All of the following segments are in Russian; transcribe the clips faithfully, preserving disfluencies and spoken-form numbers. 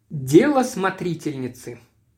Дело смотрительницы.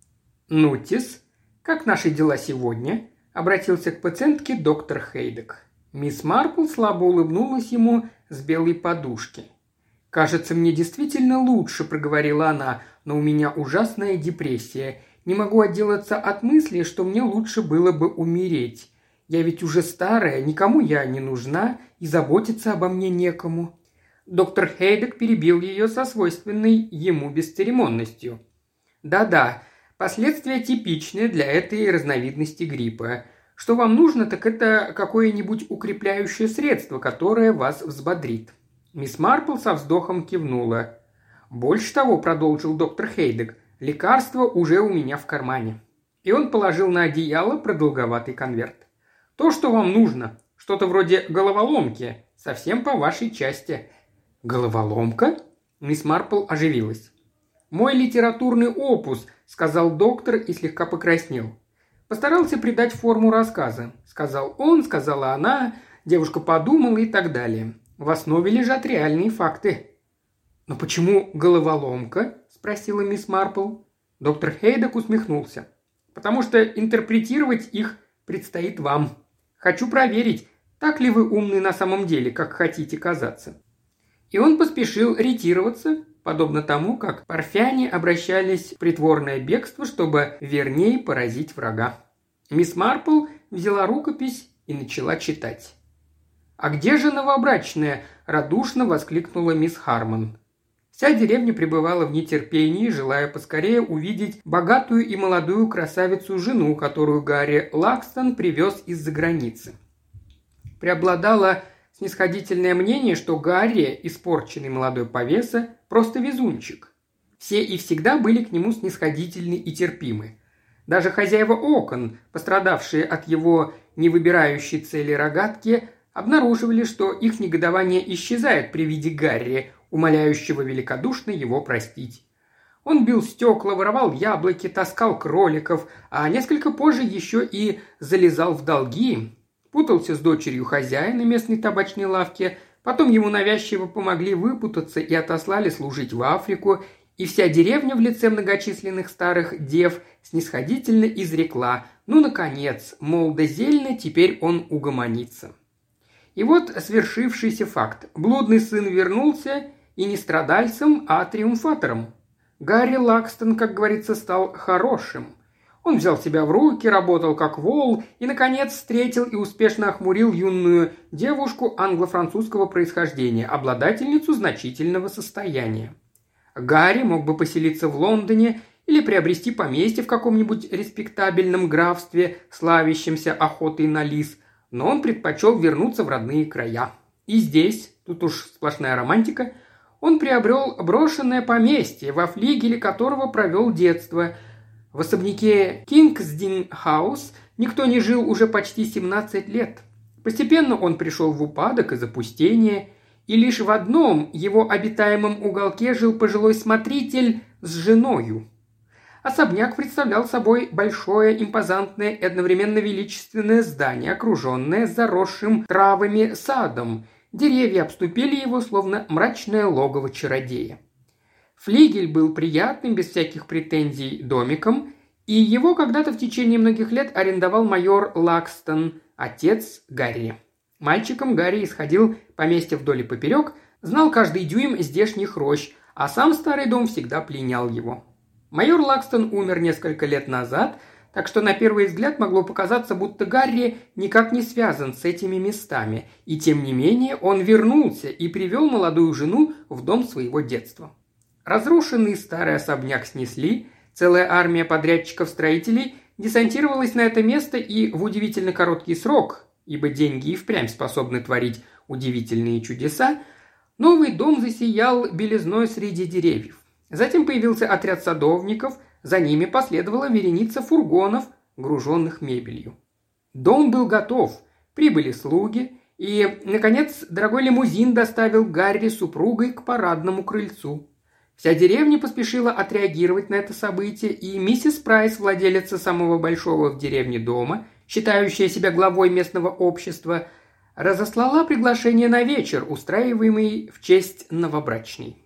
«Нутис, как наши дела сегодня?» – обратился к пациентке доктор Хейдек. Мисс Марпл слабо улыбнулась ему с белой подушки. «Кажется, мне действительно лучше», – проговорила она, – «но у меня ужасная депрессия. Не могу отделаться от мысли, что мне лучше было бы умереть. Я ведь уже старая, никому я не нужна, и заботиться обо мне некому». Доктор Хейдек перебил ее со свойственной ему бесцеремонностью. «Да-да, последствия типичные для этой разновидности гриппа. Что вам нужно, так это какое-нибудь укрепляющее средство, которое вас взбодрит». Мисс Марпл со вздохом кивнула. «Больше того», – продолжил доктор Хейдек, – «лекарство уже у меня в кармане». И он положил на одеяло продолговатый конверт. «То, что вам нужно, что-то вроде головоломки, совсем по вашей части». «Головоломка?» Мисс Марпл оживилась. «Мой литературный опус», – сказал доктор и слегка покраснел. «Постарался придать форму рассказа. Сказал он, сказала она, девушка подумала и так далее. В основе лежат реальные факты». «Но почему головоломка?» – спросила мисс Марпл. Доктор Хейдек усмехнулся. «Потому что интерпретировать их предстоит вам. Хочу проверить, так ли вы умны на самом деле, как хотите казаться». И он поспешил ретироваться, подобно тому, как парфяне обращались в притворное бегство, чтобы вернее поразить врага. Мисс Марпл взяла рукопись и начала читать. «А где же новобрачная?» – радушно воскликнула мисс Хармон. Вся деревня пребывала в нетерпении, желая поскорее увидеть богатую и молодую красавицу-жену, которую Гарри Лакстон привез из-за границы. Преобладала снисходительное мнение, что Гарри, испорченный молодой повеса, просто везунчик. Все и всегда были к нему снисходительны и терпимы. Даже хозяева окон, пострадавшие от его невыбирающей цели рогатки, обнаруживали, что их негодование исчезает при виде Гарри, умоляющего великодушно его простить. Он бил стекла, воровал яблоки, таскал кроликов, а несколько позже еще и залезал в долги, путался с дочерью хозяина местной табачной лавки, потом ему навязчиво помогли выпутаться и отослали служить в Африку, и вся деревня в лице многочисленных старых дев снисходительно изрекла: «Ну, наконец, мол, да зельно, теперь он угомонится». И вот свершившийся факт. Блудный сын вернулся, и не страдальцем, а триумфатором. Гарри Лакстон, как говорится, стал хорошим. Он взял себя в руки, работал как вол и, наконец, встретил и успешно охмурил юную девушку англо-французского происхождения, обладательницу значительного состояния. Гарри мог бы поселиться в Лондоне или приобрести поместье в каком-нибудь респектабельном графстве, славящемся охотой на лис, но он предпочел вернуться в родные края. И здесь, тут уж сплошная романтика, он приобрел брошенное поместье, во флигеле которого провел детство. В особняке Кингсдин-хаус никто не жил уже почти семнадцать лет. Постепенно он пришел в упадок и запустение, и лишь в одном его обитаемом уголке жил пожилой смотритель с женою. Особняк представлял собой большое, импозантное и одновременно величественное здание, окруженное заросшим травами садом. Деревья обступили его, словно мрачное логово чародея. Флигель был приятным, без всяких претензий, домиком, и его когда-то в течение многих лет арендовал майор Лакстон, отец Гарри. Мальчиком Гарри исходил поместье вдоль и поперек, знал каждый дюйм здешних рощ, а сам старый дом всегда пленял его. Майор Лакстон умер несколько лет назад, так что на первый взгляд могло показаться, будто Гарри никак не связан с этими местами, и тем не менее он вернулся и привел молодую жену в дом своего детства. Разрушенный старый особняк снесли, целая армия подрядчиков-строителей десантировалась на это место и в удивительно короткий срок, ибо деньги и впрямь способны творить удивительные чудеса, новый дом засиял белизной среди деревьев. Затем появился отряд садовников, за ними последовала вереница фургонов, груженных мебелью. Дом был готов, прибыли слуги, и, наконец, дорогой лимузин доставил Гарри с супругой к парадному крыльцу. Вся деревня поспешила отреагировать на это событие, и миссис Прайс, владелица самого большого в деревне дома, считающая себя главой местного общества, разослала приглашение на вечер, устраиваемый в честь новобрачной.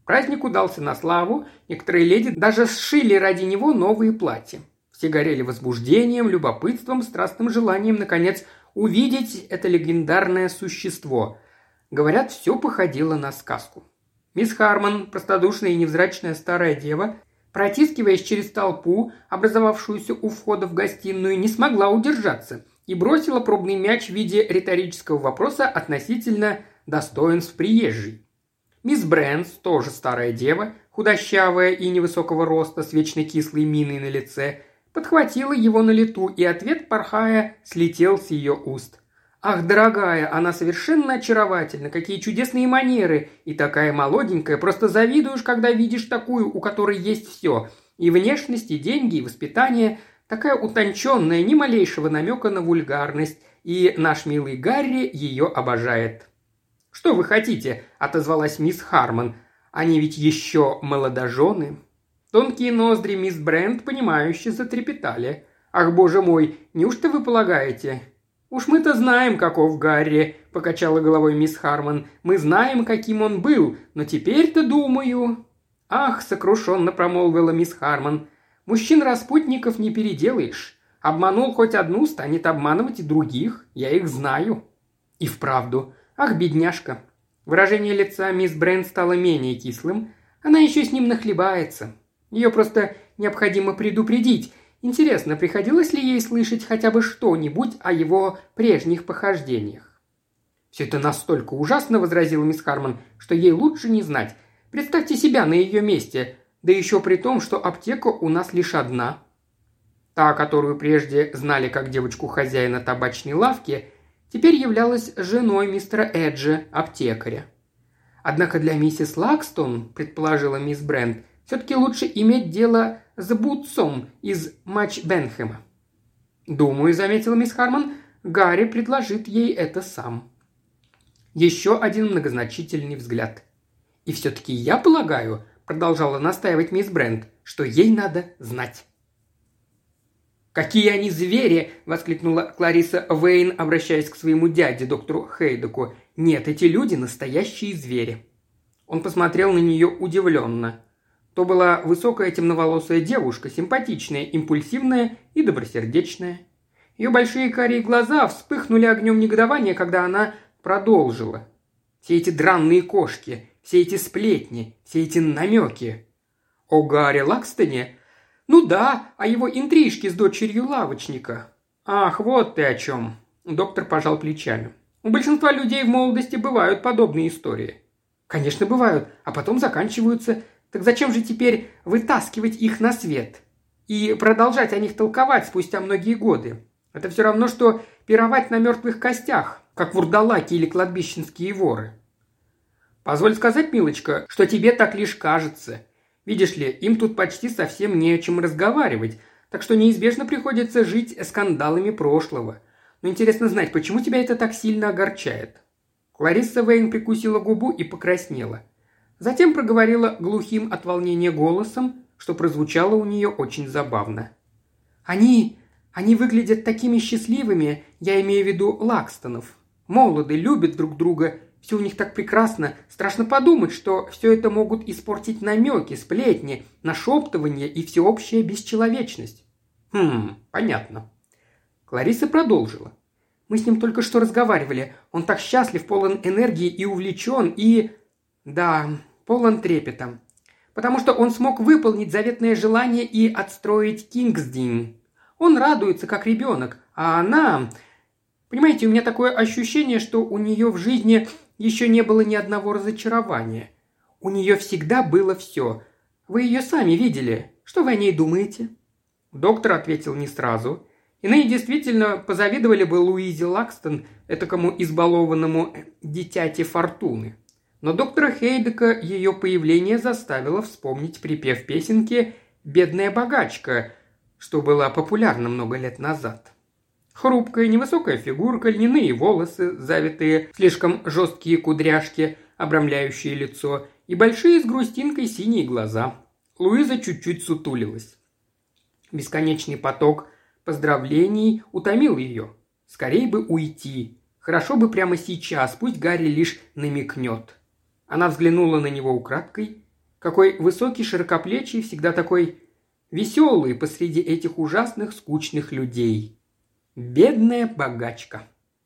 Праздник удался на славу, некоторые леди даже сшили ради него новые платья. Все горели возбуждением, любопытством, страстным желанием, наконец, увидеть это легендарное существо. Говорят, все походило на сказку. Мисс Хармон, простодушная и невзрачная старая дева, протискиваясь через толпу, образовавшуюся у входа в гостиную, не смогла удержаться и бросила пробный мяч в виде риторического вопроса относительно достоинств приезжей. Мисс Брэнс, тоже старая дева, худощавая и невысокого роста, с вечно кислой миной на лице, подхватила его на лету, и ответ, порхая, слетел с ее уст. «Ах, дорогая, она совершенно очаровательна, какие чудесные манеры, и такая молоденькая, просто завидуешь, когда видишь такую, у которой есть все, и внешность, и деньги, и воспитание, такая утонченная, ни малейшего намека на вульгарность, и наш милый Гарри ее обожает». «Что вы хотите?» – отозвалась мисс Хармон. «Они ведь еще молодожены». Тонкие ноздри мисс Брент, понимающе затрепетали. «Ах, боже мой, неужто вы полагаете?» «Уж мы-то знаем, каков Гарри», – покачала головой мисс Хармон. «Мы знаем, каким он был, но теперь-то думаю...» «Ах», – сокрушенно промолвила мисс Хармон, – «мужчин-распутников не переделаешь. Обманул хоть одну, станет обманывать и других. Я их знаю». И вправду. «Ах, бедняжка!» Выражение лица мисс Брент стало менее кислым. Она еще с ним нахлебается. Ее просто необходимо предупредить. Интересно, приходилось ли ей слышать хотя бы что-нибудь о его прежних похождениях? «Все это настолько ужасно», — возразила мисс Хармон, — «что ей лучше не знать. Представьте себя на ее месте, да еще при том, что аптека у нас лишь одна». Та, которую прежде знали как девочку хозяина табачной лавки, теперь являлась женой мистера Эджа, аптекаря. «Однако для миссис Лакстон, — предположила мисс Брент, — все-таки лучше иметь дело с Бутсом из Матч-Бенхэма». «Думаю, — заметила мисс Хармон, — Гарри предложит ей это сам». Еще один многозначительный взгляд. «И все-таки я полагаю, — продолжала настаивать мисс Брент, — что ей надо знать». «Какие они звери!» – воскликнула Клариса Вейн, обращаясь к своему дяде, доктору Хейдеку. «Нет, эти люди – настоящие звери». Он посмотрел на нее удивленно. То была высокая темноволосая девушка, симпатичная, импульсивная и добросердечная. Ее большие карие глаза вспыхнули огнем негодования, когда она продолжила. «Все эти дранные кошки, все эти сплетни, все эти намеки». «О Гарри Лакстоне?» «Ну да, а его интрижки с дочерью лавочника». «Ах, вот ты о чем». Доктор пожал плечами. «У большинства людей в молодости бывают подобные истории». «Конечно, бывают, а потом заканчиваются. Так зачем же теперь вытаскивать их на свет? И продолжать о них толковать спустя многие годы? Это все равно, что пировать на мертвых костях, как вурдалаки или кладбищенские воры». «Позволь сказать, милочка, что тебе так лишь кажется. Видишь ли, им тут почти совсем не о чем разговаривать, так что неизбежно приходится жить скандалами прошлого. Но интересно знать, почему тебя это так сильно огорчает?» Кларисса Вейн прикусила губу и покраснела. Затем проговорила глухим от волнения голосом, что прозвучало у нее очень забавно. «Они... они выглядят такими счастливыми, я имею в виду Лакстонов. Молоды, любят друг друга. Все у них так прекрасно. Страшно подумать, что все это могут испортить намеки, сплетни, нашептывания и всеобщая бесчеловечность». «Хм, понятно». Клариса продолжила. «Мы с ним только что разговаривали. Он так счастлив, полон энергии и увлечен, и... да, полон трепета. Потому что он смог выполнить заветное желание и отстроить Кингсдин. Он радуется, как ребенок, а она... Понимаете, у меня такое ощущение, что у нее в жизни еще не было ни одного разочарования. У нее всегда было все. Вы ее сами видели. Что вы о ней думаете?» Доктор ответил не сразу. Иные действительно позавидовали бы Луизе Лакстон, этакому избалованному дитяти фортуны. Но доктора Хейдека ее появление заставило вспомнить припев песенки «Бедная богачка», что было популярно много лет назад. Хрупкая, невысокая фигурка, льняные волосы, завитые слишком жесткие кудряшки, обрамляющие лицо, и большие с грустинкой синие глаза. Луиза чуть-чуть сутулилась. Бесконечный поток поздравлений утомил ее. Скорей бы уйти. Хорошо бы прямо сейчас, пусть Гарри лишь намекнет. Она взглянула на него украдкой. Какой высокий, широкоплечий, всегда такой веселый посреди этих ужасных, скучных людей. Бедная богачка.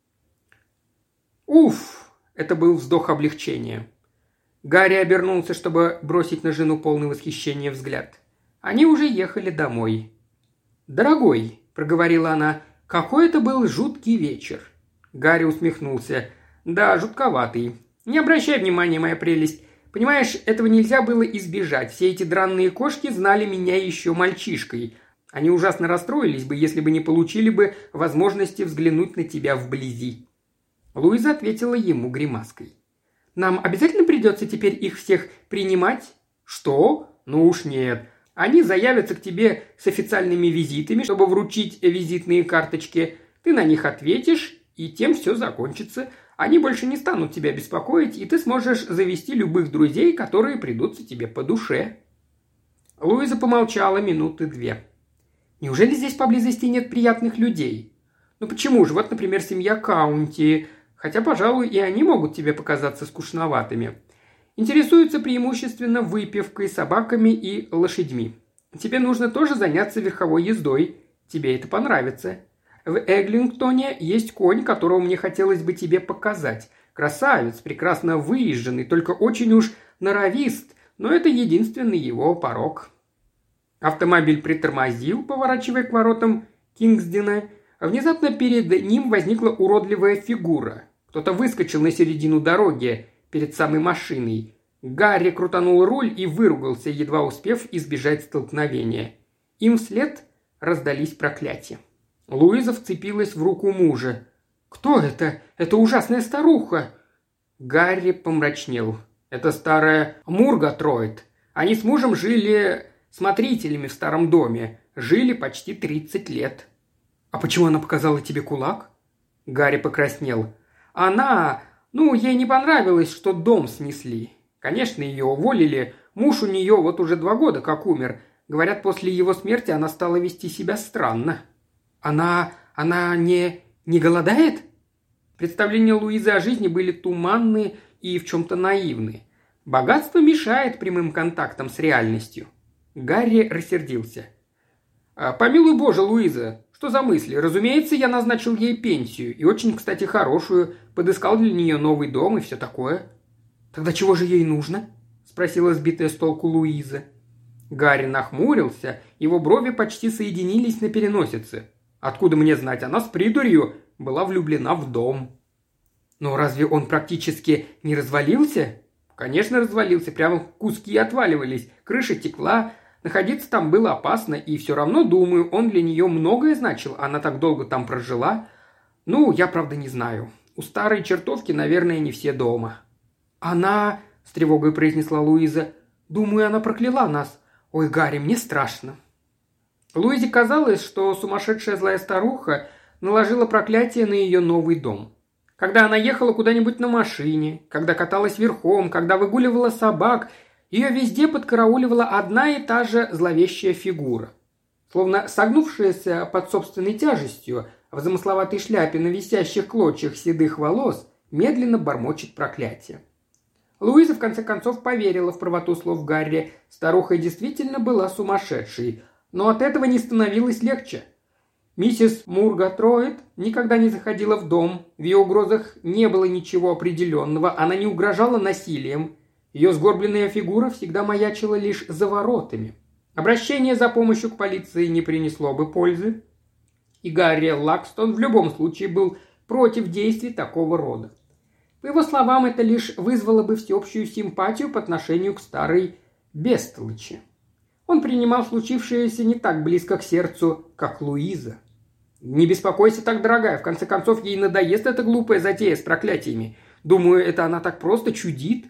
Уф! Это был вздох облегчения. Гарри обернулся, чтобы бросить на жену полный восхищения взгляд. Они уже ехали домой. «Дорогой», – проговорила она, – «какой это был жуткий вечер». Гарри усмехнулся. «Да, жутковатый. Не обращай внимания, моя прелесть. Понимаешь, этого нельзя было избежать. Все эти дранные кошки знали меня еще мальчишкой. Они ужасно расстроились бы, если бы не получили бы возможности взглянуть на тебя вблизи». Луиза ответила ему гримаской. «Нам обязательно придется теперь их всех принимать?» «Что? Ну уж нет. Они заявятся к тебе с официальными визитами, чтобы вручить визитные карточки. Ты на них ответишь, и тем все закончится. Они больше не станут тебя беспокоить, и ты сможешь завести любых друзей, которые придутся тебе по душе». Луиза помолчала минуты две. «Неужели здесь поблизости нет приятных людей? Ну почему же? Вот, например, семья Каунти. Хотя, пожалуй, и они могут тебе показаться скучноватыми. Интересуются преимущественно выпивкой, собаками и лошадьми. Тебе нужно тоже заняться верховой ездой. Тебе это понравится. В Эглингтоне есть конь, которого мне хотелось бы тебе показать. Красавец, прекрасно выезженный, только очень уж норовист, но это единственный его порок». Автомобиль притормозил, поворачивая к воротам Кингсдена. Внезапно перед ним возникла уродливая фигура. Кто-то выскочил на середину дороги перед самой машиной. Гарри крутанул руль и выругался, едва успев избежать столкновения. Им вслед раздались проклятия. Луиза вцепилась в руку мужа. «Кто это? Это ужасная старуха!» Гарри помрачнел. «Это старая Мургатроид. Они с мужем жили смотрителями в старом доме. Жили почти тридцать лет». «А почему она показала тебе кулак?» Гарри покраснел. «Она... Ну, ей не понравилось, что дом снесли. Конечно, ее уволили. Муж у нее вот уже два года как умер. Говорят, после его смерти она стала вести себя странно». «Она... она не... не голодает?» Представления Луизы о жизни были туманны и в чем-то наивны. Богатство мешает прямым контактам с реальностью. Гарри рассердился. «Помилуй Боже, Луиза, что за мысли? Разумеется, я назначил ей пенсию, и очень, кстати, хорошую, подыскал для нее новый дом и все такое». «Тогда чего же ей нужно?» – спросила сбитая с толку Луиза. Гарри нахмурился, его брови почти соединились на переносице. «Откуда мне знать, она с придурью была влюблена в дом». «Но разве он практически не развалился?» «Конечно, развалился, прямо куски отваливались, крыша текла». Находиться там было опасно, и все равно, думаю, он для нее многое значил. Она так долго там прожила. Ну, я, правда, не знаю. У старой чертовки, наверное, не все дома». «Она...» – с тревогой произнесла Луиза. «Думаю, она прокляла нас. Ой, Гарри, мне страшно». Луизе казалось, что сумасшедшая злая старуха наложила проклятие на ее новый дом. Когда она ехала куда-нибудь на машине, когда каталась верхом, когда выгуливала собак – ее везде подкарауливала одна и та же зловещая фигура. Словно согнувшаяся под собственной тяжестью, в замысловатой шляпе на висящих клочьях седых волос медленно бормочет проклятие. Луиза в конце концов поверила в правоту слов Гарри. Старуха действительно была сумасшедшей, но от этого не становилось легче. Миссис Мургатроид никогда не заходила в дом, в ее угрозах не было ничего определенного, она не угрожала насилием. Ее сгорбленная фигура всегда маячила лишь за воротами. Обращение за помощью к полиции не принесло бы пользы. И Гарри Лакстон в любом случае был против действий такого рода. По его словам, это лишь вызвало бы всеобщую симпатию по отношению к старой бестолочи. Он принимал случившееся не так близко к сердцу, как Луиза. «Не беспокойся так, дорогая, в конце концов ей надоест эта глупая затея с проклятиями. Думаю, это она так просто чудит».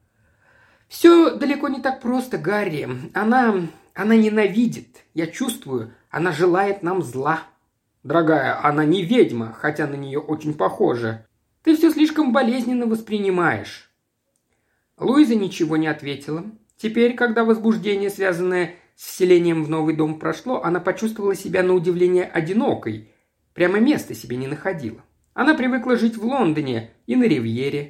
«Все далеко не так просто, Гарри. Она... она ненавидит. Я чувствую, она желает нам зла». «Дорогая, она не ведьма, хотя на нее очень похожа. Ты все слишком болезненно воспринимаешь». Луиза ничего не ответила. Теперь, когда возбуждение, связанное с вселением в новый дом, прошло, она почувствовала себя на удивление одинокой. Прямо места себе не находила. Она привыкла жить в Лондоне и на Ривьере.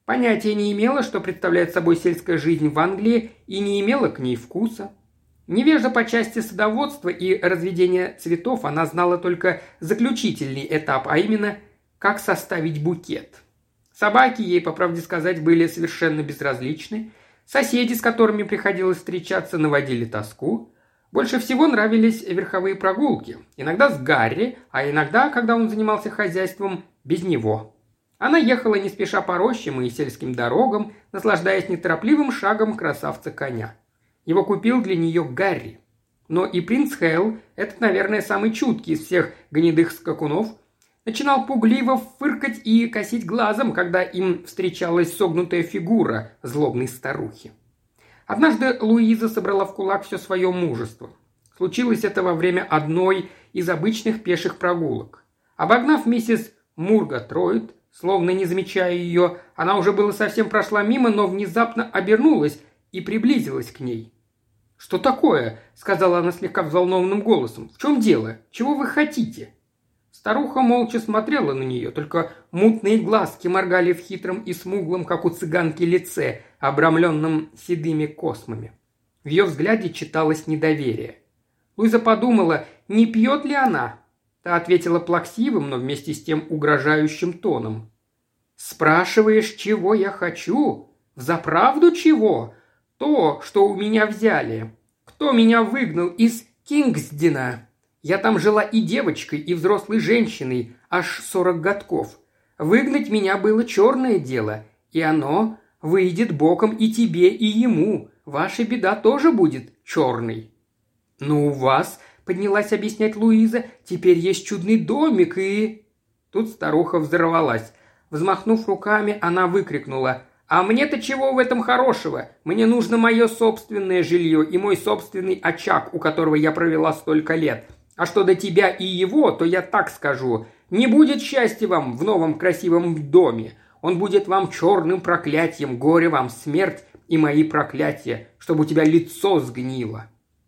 Понятия не имела, что представляет собой сельская жизнь в Англии, и не имела к ней вкуса. Невежда по части садоводства и разведения цветов, она знала только заключительный этап, а именно, как составить букет. Собаки ей, по правде сказать, были совершенно безразличны. Соседи, с которыми приходилось встречаться, наводили тоску. Больше всего нравились верховые прогулки. Иногда с Гарри, а иногда, когда он занимался хозяйством, без него. Она ехала не спеша по рощам и сельским дорогам, наслаждаясь неторопливым шагом красавца-коня. Его купил для нее Гарри. Но и принц Хейл, этот, наверное, самый чуткий из всех гнедых скакунов, начинал пугливо фыркать и косить глазом, когда им встречалась согнутая фигура злобной старухи. Однажды Луиза собрала в кулак все свое мужество. Случилось это во время одной из обычных пеших прогулок. Обогнав миссис Мургатроид, словно не замечая ее, она уже было совсем прошла мимо, но внезапно обернулась и приблизилась к ней. «Что такое?» – сказала она слегка взволнованным голосом. «В чем дело? Чего вы хотите?» Старуха молча смотрела на нее, только мутные глазки моргали в хитром и смуглом, как у цыганки, лице, обрамленном седыми космами. В ее взгляде читалось недоверие. Луиза подумала, не пьет ли она. Та ответила плаксивым, но вместе с тем угрожающим тоном. «Спрашиваешь, чего я хочу? Взаправду чего? То, что у меня взяли. Кто меня выгнал из Кингсдена? Я там жила и девочкой, и взрослой женщиной, аж сорок годков. Выгнать меня было черное дело, и оно выйдет боком и тебе, и ему. Ваша беда тоже будет черной». «Ну, у вас», — поднялась объяснять Луиза, — «теперь есть чудный домик и...» Тут старуха взорвалась. Взмахнув руками, она выкрикнула: «А мне-то чего в этом хорошего? Мне нужно мое собственное жилье и мой собственный очаг, у которого я провела столько лет. А что до тебя и его, то я так скажу. Не будет счастья вам в новом красивом доме. Он будет вам черным проклятием, горе вам, смерть и мои проклятия, чтобы у тебя лицо сгнило».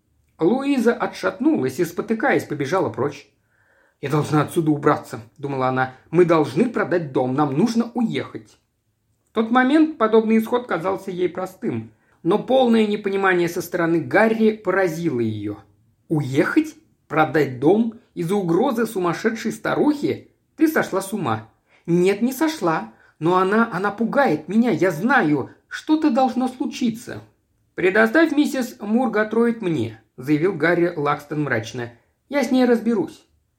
Луиза отшатнулась и, спотыкаясь, побежала прочь. «Я должна отсюда убраться», — думала она. «Мы должны продать дом, нам нужно уехать». В тот момент подобный исход казался ей простым, но полное непонимание со стороны Гарри поразило ее. «Уехать? Продать дом? Из-за угрозы сумасшедшей старухи? Ты сошла с ума». «Нет, не сошла. Но она, она пугает меня, я знаю. Что-то должно случиться». «Предоставь миссис Мургатроид мне», — заявил Гарри Лакстон мрачно. «Я с ней разберусь».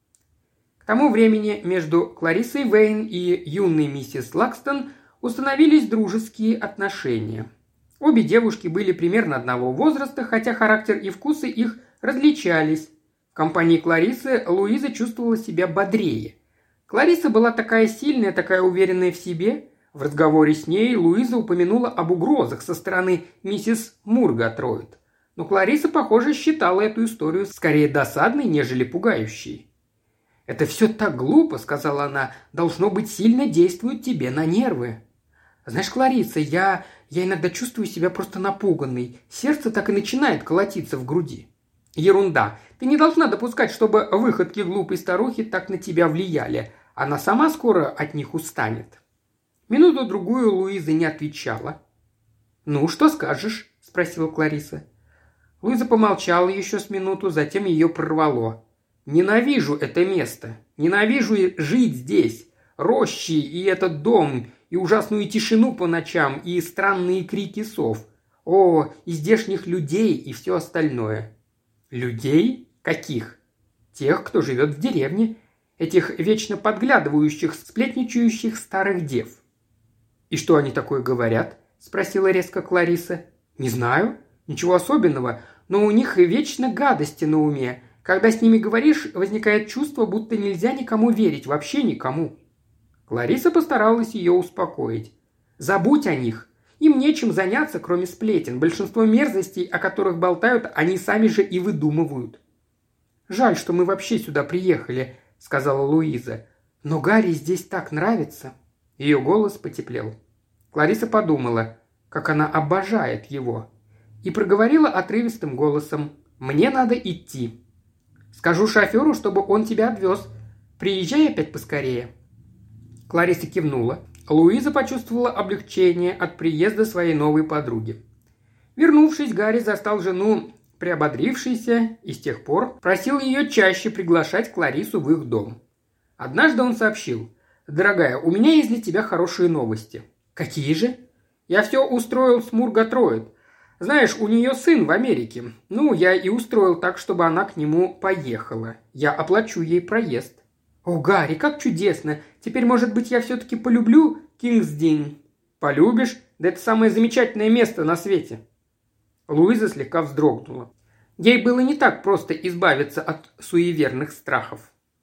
К тому времени между Клариссой Вейн и юной миссис Лакстон установились дружеские отношения. Обе девушки были примерно одного возраста, хотя характер и вкусы их различались. В компании Клариссы Луиза чувствовала себя бодрее. Кларисса была такая сильная, такая уверенная в себе. В разговоре с ней Луиза упомянула об угрозах со стороны миссис Мургатроид. Но Кларисса, похоже, считала эту историю скорее досадной, нежели пугающей. «Это все так глупо», — сказала она, — «должно быть, сильно действует тебе на нервы». «Знаешь, Кларисса, я, я иногда чувствую себя просто напуганной. Сердце так и начинает колотиться в груди». «Ерунда. Ты не должна допускать, чтобы выходки глупой старухи так на тебя влияли. Она сама скоро от них устанет». Минуту-другую Луиза не отвечала. «Ну, что скажешь?» – спросила Кларисса. Луиза помолчала еще с минуту, затем ее прорвало. «Ненавижу это место. Ненавижу жить здесь. Рощи и этот дом, и ужасную тишину по ночам, и странные крики сов. О, и здешних людей, и все остальное». «Людей? Каких?» «Тех, кто живет в деревне. Этих вечно подглядывающих, сплетничающих старых дев». «И что они такое говорят?» – спросила резко Кларисса. «Не знаю. Ничего особенного. Но у них вечно гадости на уме. Когда с ними говоришь, возникает чувство, будто нельзя никому верить, вообще никому». Кларисса постаралась ее успокоить. «Забудь о них. Им нечем заняться, кроме сплетен. Большинство мерзостей, о которых болтают, они сами же и выдумывают». «Жаль, что мы вообще сюда приехали», – сказала Луиза. «Но Гарри здесь так нравится». Ее голос потеплел. Кларисса подумала, как она обожает его, и проговорила отрывистым голосом: «Мне надо идти. Скажу шоферу, чтобы он тебя отвез. Приезжай опять поскорее». Кларисса кивнула. Луиза почувствовала облегчение от приезда своей новой подруги. Вернувшись, Гарри застал жену приободрившейся и с тех пор просил ее чаще приглашать Кларису в их дом. Однажды он сообщил: «Дорогая, у меня есть для тебя хорошие новости». «Какие же?» «Я все устроил с Мургатроид. Знаешь, у нее сын в Америке. Ну, я и устроил так, чтобы она к нему поехала. Я оплачу ей проезд». «О, Гарри, как чудесно! Теперь, может быть, я все-таки полюблю Кингсдин?» «Полюбишь? Да это самое замечательное место на свете». Луиза слегка вздрогнула. Ей было не так просто избавиться от суеверных страхов.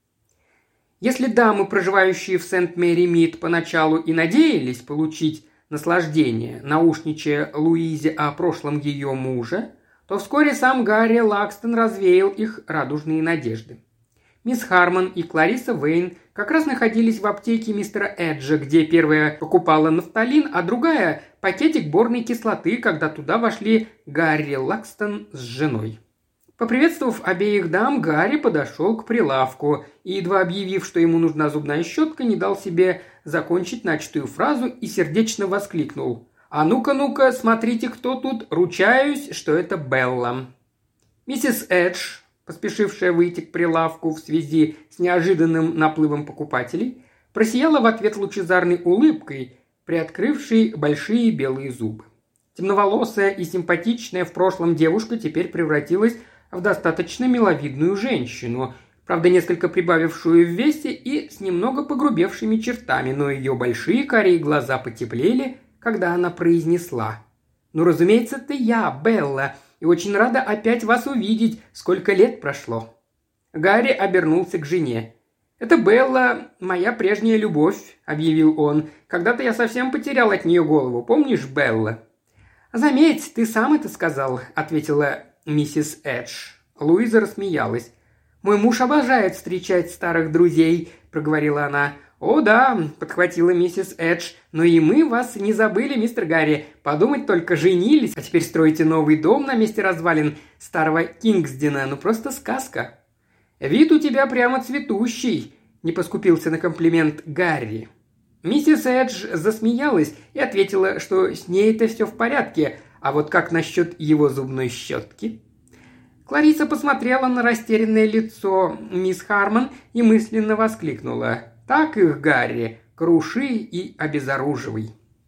Если дамы, проживающие в Сент-Мэри-Мид, поначалу и надеялись получить наслаждение, наушничая Луизе о прошлом ее мужа, то вскоре сам Гарри Лакстон развеял их радужные надежды. Мисс Хармон и Клариса Вейн как раз находились в аптеке мистера Эджа, где первая покупала нафталин, а другая – пакетик борной кислоты, когда туда вошли Гарри Лакстон с женой. Поприветствовав обеих дам, Гарри подошел к прилавку и, едва объявив, что ему нужна зубная щетка, не дал себе закончить начатую фразу и сердечно воскликнул: «А ну-ка, ну-ка, смотрите, кто тут, ручаюсь, что это Белла». Миссис Эдж, поспешившая выйти к прилавку в связи с неожиданным наплывом покупателей, просияла в ответ лучезарной улыбкой, приоткрывшей большие белые зубы. Темноволосая и симпатичная в прошлом девушка теперь превратилась в достаточно миловидную женщину, правда, несколько прибавившую в весе и с немного погрубевшими чертами, но ее большие карие глаза потеплели, когда она произнесла: «Ну, разумеется, это я, Белла, и очень рада опять вас увидеть, сколько лет прошло». Гарри обернулся к жене. «Это Белла, моя прежняя любовь», – объявил он. «Когда-то я совсем потерял от нее голову, помнишь, Белла?» «Заметь, ты сам это сказал», – ответила миссис Эдж. Луиза рассмеялась. «Мой муж обожает встречать старых друзей», – проговорила она. «О, да», – подхватила миссис Эдж, – «но и мы вас не забыли, мистер Гарри. Подумать только, женились, а теперь строите новый дом на месте развалин старого Кингсдена. Ну, просто сказка». «Вид у тебя прямо цветущий», – не поскупился на комплимент Гарри. Миссис Эдж засмеялась и ответила, что с ней-то все в порядке, а вот как насчет его зубной щетки? Клариса посмотрела на растерянное лицо мисс Хармон и мысленно воскликнула: «Так их, Гарри, круши и обезоруживай».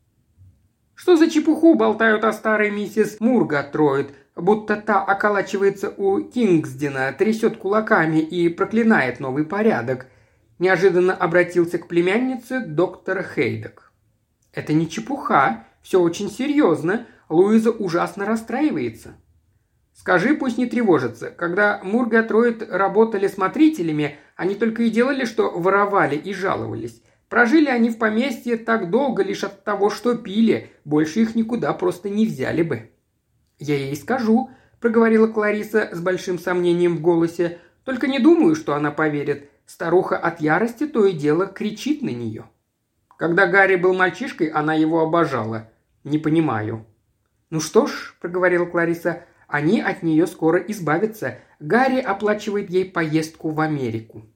Что за чепуху болтают о старой миссис Мургатроид, будто та околачивается у Кингсдена, трясет кулаками и проклинает новый порядок? Неожиданно обратился к племяннице доктор Хейдек. «Это не чепуха, все очень серьезно. Луиза ужасно расстраивается». «Скажи, пусть не тревожится. Когда Мургатроид работали смотрителями, они только и делали, что воровали и жаловались. Прожили они в поместье так долго лишь от того, что пили, больше их никуда просто не взяли бы». «Я ей скажу», – проговорила Клариса с большим сомнением в голосе, – «только не думаю, что она поверит. Старуха от ярости то и дело кричит на нее». «Когда Гарри был мальчишкой, она его обожала. Не понимаю». «Ну что ж», – проговорила Клариса, – «они от нее скоро избавятся. Гарри оплачивает ей поездку в Америку».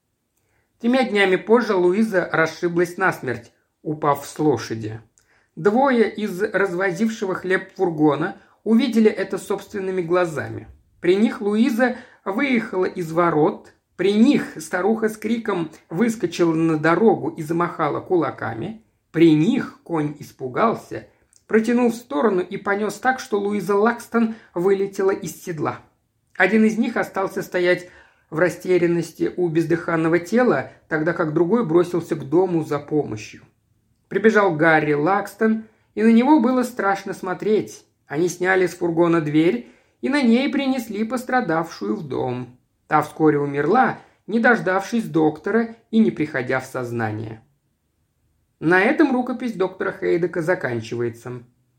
Тремя днями позже Луиза расшиблась насмерть, упав с лошади. Двое из развозившего хлеб фургона увидели это собственными глазами. При них Луиза выехала из ворот, при них старуха с криком выскочила на дорогу и замахала кулаками, при них конь испугался, протянул в сторону и понес так, что Луиза Лакстон вылетела из седла. Один из них остался стоять в растерянности у бездыханного тела, тогда как другой бросился к дому за помощью. Прибежал Гарри Лакстон, и на него было страшно смотреть. Они сняли с фургона дверь и на ней принесли пострадавшую в дом. Та вскоре умерла, не дождавшись доктора и не приходя в сознание. На этом рукопись доктора Хейдека заканчивается.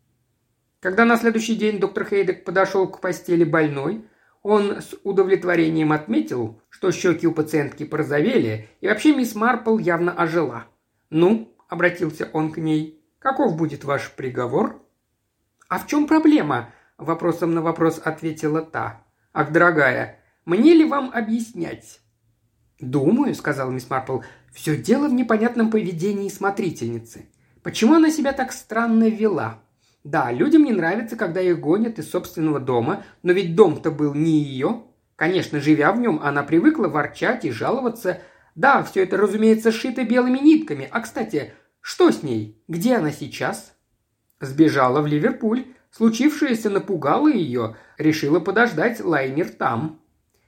Когда на следующий день доктор Хейдек подошел к постели больной, он с удовлетворением отметил, что щеки у пациентки порозовели, и вообще мисс Марпл явно ожила. «Ну», — обратился он к ней, — «каков будет ваш приговор?» «А в чем проблема?» – вопросом на вопрос ответила та. «Ах, дорогая, мне ли вам объяснять?» «Думаю», – сказала мисс Марпл, – «все дело в непонятном поведении смотрительницы. Почему она себя так странно вела? Да, людям не нравится, когда их гонят из собственного дома, но ведь дом-то был не ее. Конечно, живя в нем, она привыкла ворчать и жаловаться. Да, все это, разумеется, сшито белыми нитками. А, кстати, что с ней? Где она сейчас? Сбежала в Ливерпуль. Случившееся напугало ее. Решила подождать лайнер там.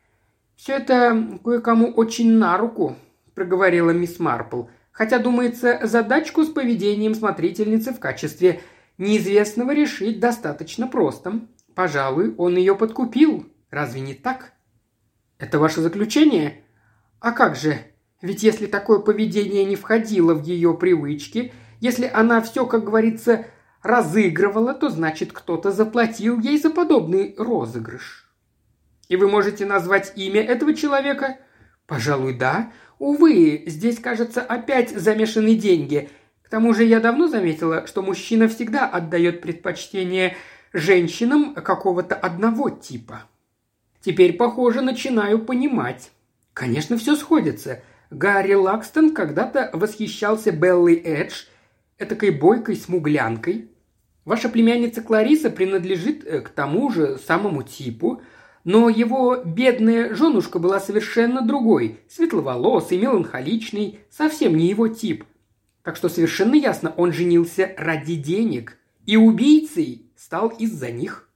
«Все это кое-кому очень на руку», – проговорила мисс Марпл. «Хотя, думается, задачку с поведением смотрительницы в качестве неизвестного решить достаточно просто. Пожалуй, он ее подкупил. Разве не так?» «Это ваше заключение?» «А как же? Ведь если такое поведение не входило в ее привычки, если она все, как говорится, разыгрывала, то значит, кто-то заплатил ей за подобный розыгрыш». «И вы можете назвать имя этого человека?» «Пожалуй, да. Увы, здесь, кажется, опять замешаны деньги. К тому же я давно заметила, что мужчина всегда отдает предпочтение женщинам какого-то одного типа. Теперь, похоже, начинаю понимать. Конечно, все сходится. Гарри Лакстон когда-то восхищался Беллой Эдж, этакой бойкой смуглянкой. Ваша племянница Клариса принадлежит к тому же самому типу, но его бедная женушка была совершенно другой, светловолосой, меланхоличной, совсем не его тип. Так что совершенно ясно, он женился ради денег, и убийцей стал из-за них».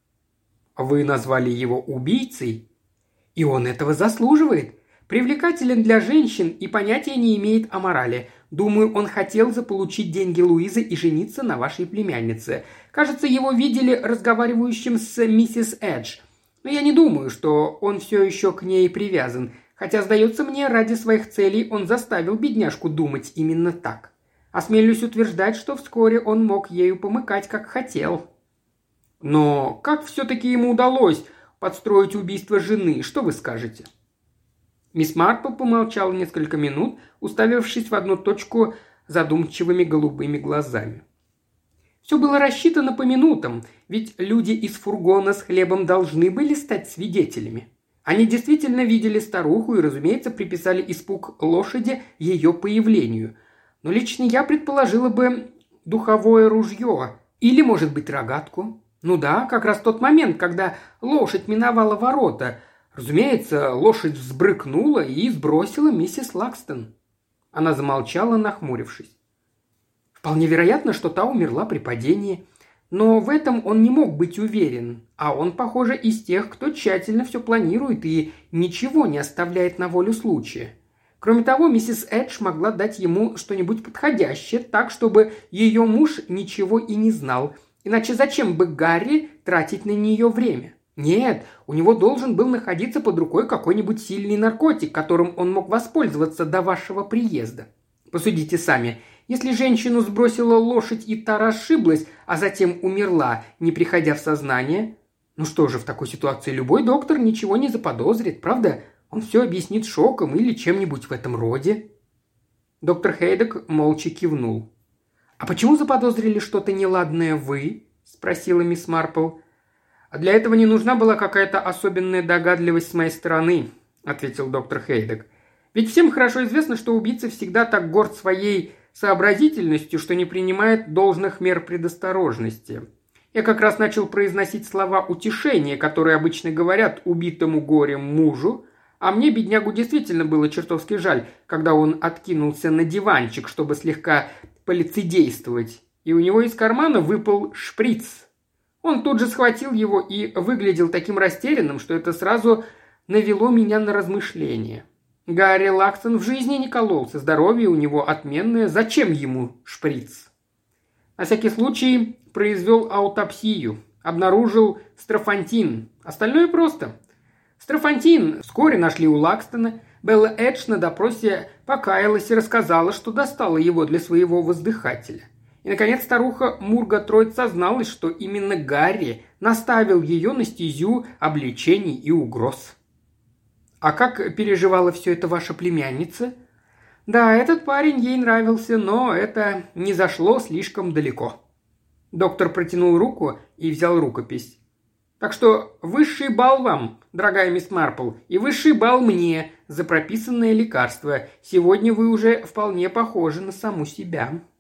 «Вы назвали его убийцей?» «И он этого заслуживает. Привлекателен для женщин и понятия не имеет о морали. Думаю, он хотел заполучить деньги Луизы и жениться на вашей племяннице. Кажется, его видели разговаривающим с миссис Эдж. Но я не думаю, что он все еще к ней привязан, хотя, сдается мне, ради своих целей он заставил бедняжку думать именно так. Осмелюсь утверждать, что вскоре он мог ею помыкать, как хотел». «Но как все-таки ему удалось подстроить убийство жены, что вы скажете?» Мисс Марпл помолчала несколько минут, уставившись в одну точку задумчивыми голубыми глазами. Все было рассчитано по минутам, ведь люди из фургона с хлебом должны были стать свидетелями. Они действительно видели старуху и, разумеется, приписали испуг лошади ее появлению. Но лично я предположила бы духовое ружье или, может быть, рогатку. Ну да, как раз тот момент, когда лошадь миновала ворота. Разумеется, лошадь взбрыкнула и сбросила миссис Лакстон. Она замолчала, нахмурившись. Вполне вероятно, что та умерла при падении. Но в этом он не мог быть уверен. А он, похоже, из тех, кто тщательно все планирует и ничего не оставляет на волю случая. Кроме того, миссис Эдж могла дать ему что-нибудь подходящее, так, чтобы ее муж ничего и не знал. Иначе зачем бы Гарри тратить на нее время? Нет, у него должен был находиться под рукой какой-нибудь сильный наркотик, которым он мог воспользоваться до вашего приезда. Посудите сами. Если женщину сбросила лошадь и та расшиблась, а затем умерла, не приходя в сознание, ну что же, в такой ситуации любой доктор ничего не заподозрит, правда? Он все объяснит шоком или чем-нибудь в этом роде. Доктор Хейдек молча кивнул. «А почему заподозрили что-то неладное вы?» – спросила мисс Марпл. «А для этого не нужна была какая-то особенная догадливость с моей стороны», – ответил доктор Хейдек. «Ведь всем хорошо известно, что убийца всегда так горд своей сообразительностью, что не принимает должных мер предосторожности. Я как раз начал произносить слова утешения, которые обычно говорят убитому горем мужу, а мне, беднягу, действительно было чертовски жаль, когда он откинулся на диванчик, чтобы слегка полицействовать, и у него из кармана выпал шприц. Он тут же схватил его и выглядел таким растерянным, что это сразу навело меня на размышления. Гарри Лакстон в жизни не кололся, здоровье у него отменное, зачем ему шприц? На всякий случай произвел аутопсию, обнаружил строфантин. Остальное просто. Строфантин вскоре нашли у Лакстона. Белла Эдж на допросе покаялась и рассказала, что достала его для своего воздыхателя. И, наконец, старуха Мургатроид созналась, что именно Гарри наставил ее на стезю обличений и угроз. «А как переживала все это ваша племянница?» «Да, этот парень ей нравился, но это не зашло слишком далеко». Доктор протянул руку и взял рукопись. «Так что высший балл вам, дорогая мисс Марпл, и высший балл мне за прописанное лекарство. Сегодня вы уже вполне похожи на саму себя».